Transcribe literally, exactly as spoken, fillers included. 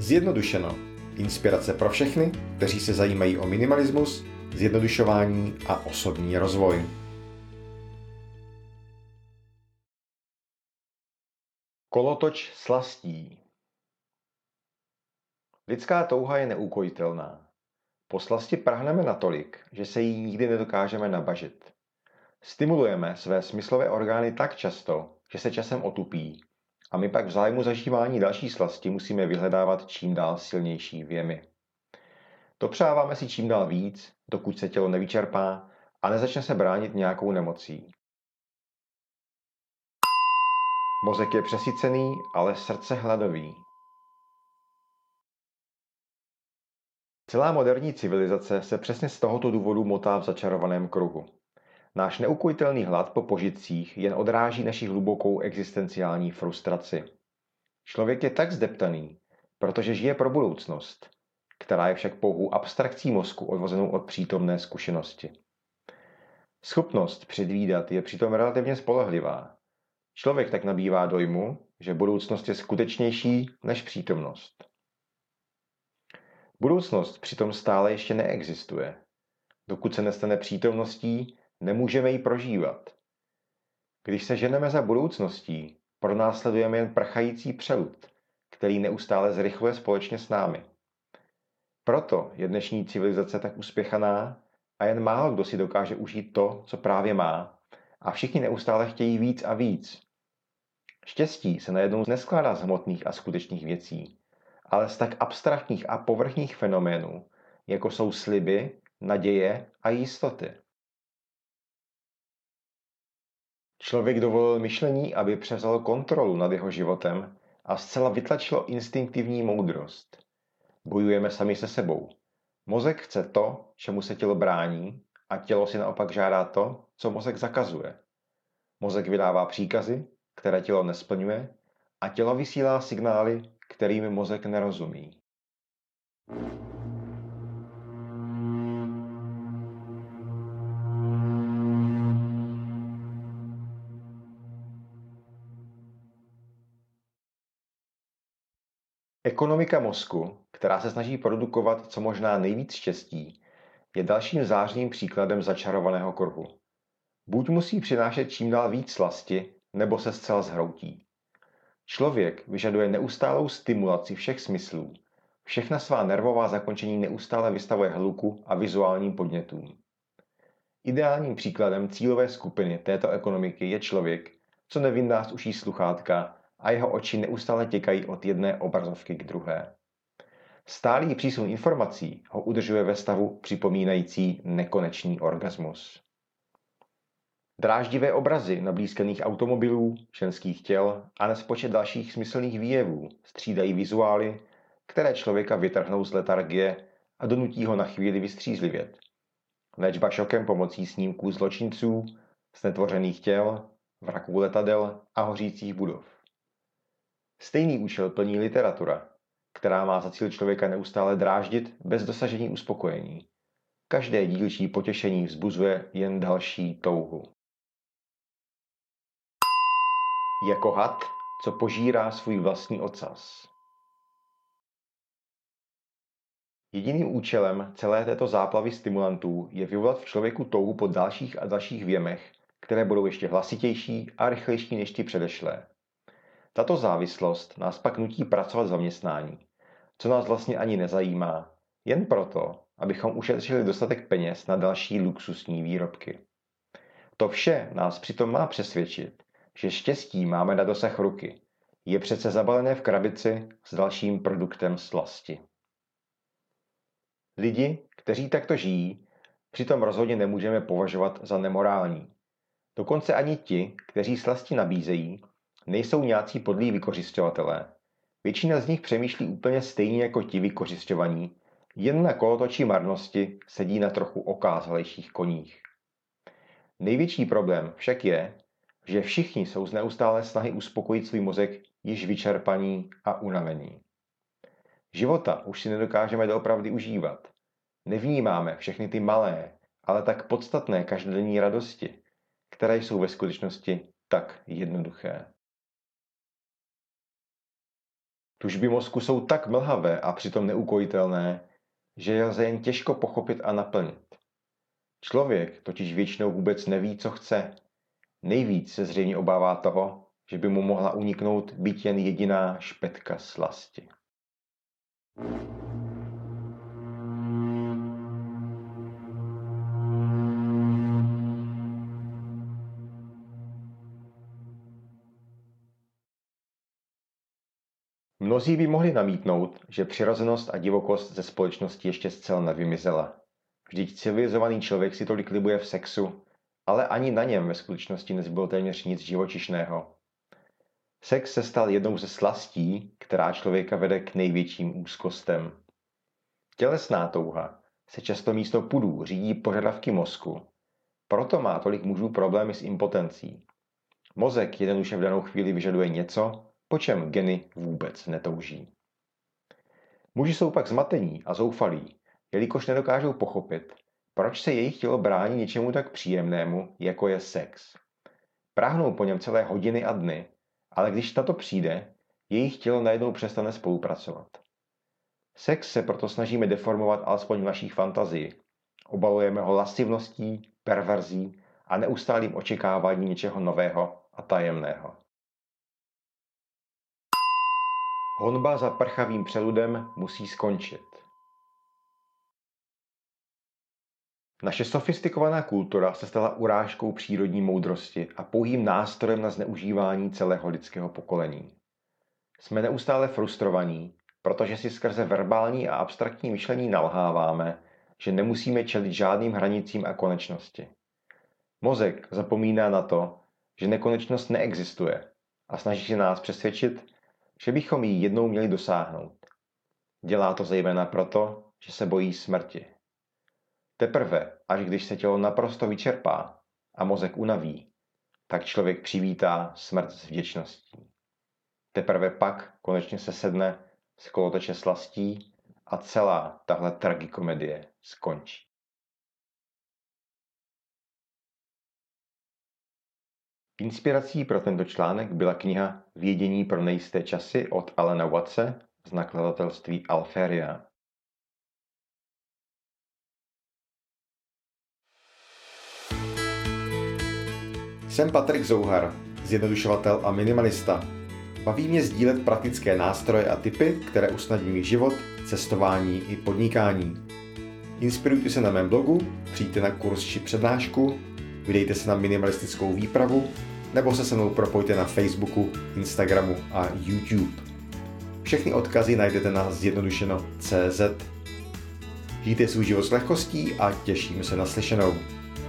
Zjednodušeno. Inspirace pro všechny, kteří se zajímají o minimalismus, zjednodušování a osobní rozvoj. Kolotoč slastí. Lidská touha je neukojitelná. Po slasti prahneme natolik, že se jí nikdy nedokážeme nabažit. Stimulujeme své smyslové orgány tak často, že se časem otupí, a my pak v zájmu zažívání další slasti musíme vyhledávat čím dál silnější věmy. Dopřáváme si čím dál víc, dokud se tělo nevyčerpá a nezačne se bránit nějakou nemocí. Mozek je přesycený, ale srdce hladový. Celá moderní civilizace se přesně z tohoto důvodu motá v začarovaném kruhu. Náš neukojitelný hlad po požitcích jen odráží naši hlubokou existenciální frustraci. Člověk je tak zdeptaný, protože žije pro budoucnost, která je však pouhou abstrakcí mozku odvozenou od přítomné zkušenosti. Schopnost předvídat je přitom relativně spolehlivá. Člověk tak nabývá dojmu, že budoucnost je skutečnější než přítomnost. Budoucnost přitom stále ještě neexistuje. Dokud se nestane přítomností, nemůžeme ji prožívat. Když se ženeme za budoucností, pronásledujeme jen prchající přelud, který neustále zrychluje společně s námi. Proto je dnešní civilizace tak uspěchaná a jen málo kdo si dokáže užít to, co právě má, a všichni neustále chtějí víc a víc. Štěstí se najednou neskládá z hmotných a skutečných věcí, ale z tak abstraktních a povrchních fenoménů, jako jsou sliby, naděje a jistoty. Člověk dovolil myšlení, aby převzalo kontrolu nad jeho životem a zcela vytlačilo instinktivní moudrost. Bojujeme sami se sebou. Mozek chce to, čemu se tělo brání, a tělo si naopak žádá to, co mozek zakazuje. Mozek vydává příkazy, které tělo nesplňuje, a tělo vysílá signály, kterými mozek nerozumí. Ekonomika mozku, která se snaží produkovat co možná nejvíc štěstí, je dalším zářným příkladem začarovaného kruhu. Buď musí přinášet čím dál víc slasti, nebo se zcela zhroutí. Člověk vyžaduje neustálou stimulaci všech smyslů. Všechna svá nervová zakončení neustále vystavuje hluku a vizuálním podnětům. Ideálním příkladem cílové skupiny této ekonomiky je člověk, co nevyndá z uší sluchátka a jeho oči neustále těkají od jedné obrazovky k druhé. Stálý přísun informací ho udržuje ve stavu připomínající nekonečný orgasmus. Dráždivé obrazy nablízkaných automobilů, ženských těl a nespočet dalších smyslných výjevů střídají vizuály, které člověka vytrhnou z letargie a donutí ho na chvíli vystřízlivět. Léčba šokem pomocí snímků zločinců, znetvořených těl, vraků letadel a hořících budov. Stejný účel plní literatura, která má za cíl člověka neustále dráždit bez dosažení uspokojení. Každé dílčí potěšení vzbuzuje jen další touhu. Jako had, co požírá svůj vlastní ocas. Jediným účelem celé této záplavy stimulantů je vyvolat v člověku touhu po dalších a dalších věmech, které budou ještě hlasitější a rychlejší než ty předešlé. Tato závislost nás pak nutí pracovat v zaměstnání, co nás vlastně ani nezajímá, jen proto, abychom ušetřili dostatek peněz na další luxusní výrobky. To vše nás přitom má přesvědčit, že štěstí máme na dosah ruky. Je přece zabalené v krabici s dalším produktem slasti. Lidi, kteří takto žijí, přitom rozhodně nemůžeme považovat za nemorální. Dokonce ani ti, kteří slasti nabízejí, nejsou nějací podlí vykořisťovatelé. Většina z nich přemýšlí úplně stejně jako ti vykořisťovaní, jen na kolotoči marnosti sedí na trochu okázalejších koních. Největší problém však je, že všichni jsou z neustálé snahy uspokojit svůj mozek již vyčerpaní a unavený. Života už si nedokážeme doopravdy užívat. Nevnímáme všechny ty malé, ale tak podstatné každodenní radosti, které jsou ve skutečnosti tak jednoduché. Tužby mozku jsou tak mlhavé a přitom neukojitelné, že je lze jen těžko pochopit a naplnit. Člověk totiž většinou vůbec neví, co chce. Nejvíc se zřejmě obává toho, že by mu mohla uniknout byť jen jediná špetka slasti. Mnozí by mohli namítnout, že přirozenost a divokost ze společnosti ještě zcela nevymizela. Vždyť civilizovaný člověk si tolik libuje v sexu, ale ani na něm ve skutečnosti nezbylo téměř nic živočišného. Sex se stal jednou ze slastí, která člověka vede k největším úzkostem. Tělesná touha se často místo pudů řídí požadavky mozku, proto má tolik mužů problémy s impotencí. Mozek jednoduše v danou chvíli vyžaduje něco, po čem geny vůbec netouží. Muži jsou pak zmatení a zoufalí, jelikož nedokážou pochopit, proč se jejich tělo brání něčemu tak příjemnému, jako je sex. Práhnou po něm celé hodiny a dny, ale když na to přijde, jejich tělo najednou přestane spolupracovat. Sex se proto snažíme deformovat alespoň v naší fantazii. Obalujeme ho lascivností, perverzí a neustálým očekáváním něčeho nového a tajemného. Honba za prchavým přeludem musí skončit. Naše sofistikovaná kultura se stala urážkou přírodní moudrosti a pouhým nástrojem na zneužívání celého lidského pokolení. Jsme neustále frustrovaní, protože si skrze verbální a abstraktní myšlení nalháváme, že nemusíme čelit žádným hranicím a konečnosti. Mozek zapomíná na to, že nekonečnost neexistuje a snaží se nás přesvědčit, že bychom ji jednou měli dosáhnout. Dělá to zejména proto, že se bojí smrti. Teprve, až když se tělo naprosto vyčerpá a mozek unaví, tak člověk přivítá smrt s vděčností. Teprve pak konečně se sedne z kolotoče slastí a celá tahle tragikomedie skončí. Inspirací pro tento článek byla kniha Vědění pro nejisté časy od Alana Wattse z nakladatelství Alferia. Jsem Patrik Zouhar, zjednodušovatel a minimalista. Baví mě sdílet praktické nástroje a tipy, které usnadňují život, cestování i podnikání. Inspirujte se na mém blogu, přijďte na kurz či přednášku, vydejte se na minimalistickou výpravu nebo se se mnou propojte na Facebooku, Instagramu a YouTube. Všechny odkazy najdete na zjednodušeno tečka cé zet. Žijte svůj život s lehkostí a těším se na slyšenou.